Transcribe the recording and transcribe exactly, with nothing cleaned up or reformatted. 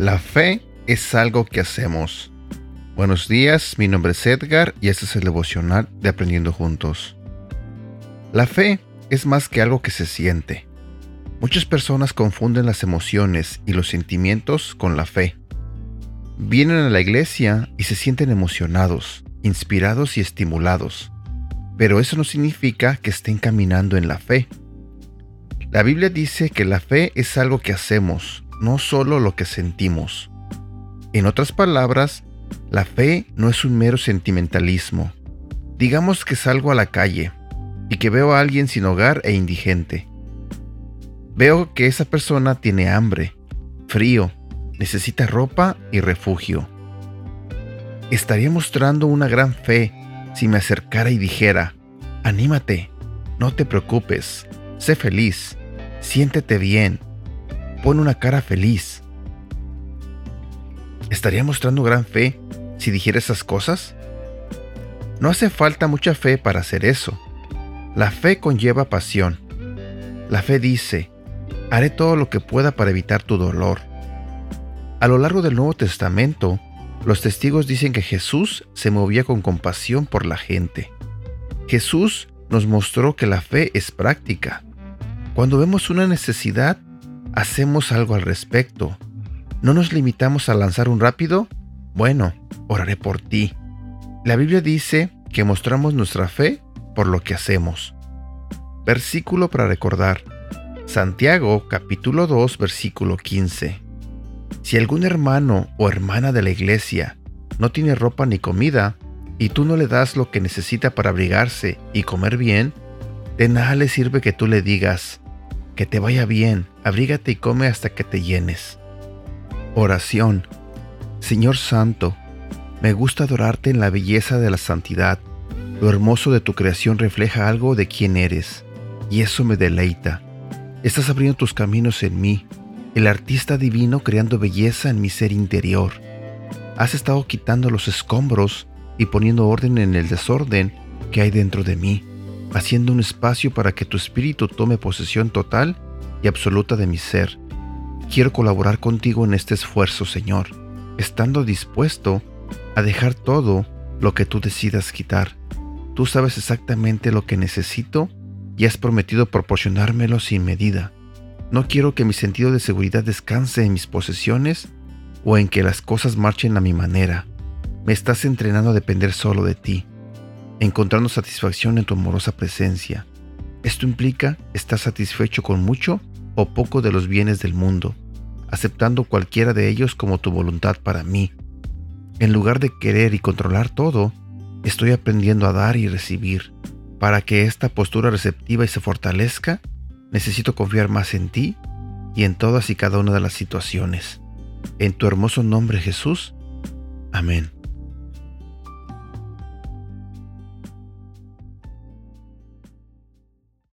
La fe es algo que hacemos. Buenos días, mi nombre es Edgar y este es el devocional de Aprendiendo Juntos. La fe es más que algo que se siente. Muchas personas confunden las emociones y los sentimientos con la fe. Vienen a la iglesia y se sienten emocionados, inspirados y estimulados, pero eso no significa que estén caminando en la fe. La Biblia dice que la fe es algo que hacemos, no solo lo que sentimos. En otras palabras, la fe no es un mero sentimentalismo. Digamos que salgo a la calle y que veo a alguien sin hogar e indigente. Veo que esa persona tiene hambre, frío, necesita ropa y refugio. Estaría mostrando una gran fe si me acercara y dijera: anímate, no te preocupes, sé feliz, siéntete bien, pon una cara feliz. ¿Estaría mostrando gran fe si dijera esas cosas? No hace falta mucha fe para hacer eso. La fe conlleva pasión. La fe dice: haré todo lo que pueda para evitar tu dolor. A lo largo del Nuevo Testamento, los testigos dicen que Jesús se movía con compasión por la gente. Jesús nos mostró que la fe es práctica. Cuando vemos una necesidad, hacemos algo al respecto. No nos limitamos a lanzar un rápido: bueno, oraré por ti. La Biblia dice que mostramos nuestra fe por lo que hacemos. Versículo para recordar: Santiago capítulo dos versículo quince. Si algún hermano o hermana de la iglesia no tiene ropa ni comida, y tú no le das lo que necesita para abrigarse y comer bien, de nada le sirve que tú le digas: que te vaya bien, abrígate y come hasta que te llenes. Oración. Señor Santo, me gusta adorarte en la belleza de la santidad. Lo hermoso de tu creación refleja algo de quién eres, y eso me deleita. Estás abriendo tus caminos en mí, el artista divino creando belleza en mi ser interior. Has estado quitando los escombros y poniendo orden en el desorden que hay dentro de mí, haciendo un espacio para que tu espíritu tome posesión total y absoluta de mi ser. Quiero colaborar contigo en este esfuerzo, Señor, estando dispuesto a dejar todo lo que tú decidas quitar. Tú sabes exactamente lo que necesito y has prometido proporcionármelo sin medida. No quiero que mi sentido de seguridad descanse en mis posesiones o en que las cosas marchen a mi manera. Me estás entrenando a depender solo de ti, encontrando satisfacción en tu amorosa presencia. Esto implica estar satisfecho con mucho o poco de los bienes del mundo, aceptando cualquiera de ellos como tu voluntad para mí. En lugar de querer y controlar todo, estoy aprendiendo a dar y recibir. Para que esta postura receptiva y se fortalezca, necesito confiar más en ti y en todas y cada una de las situaciones. En tu hermoso nombre, Jesús. Amén.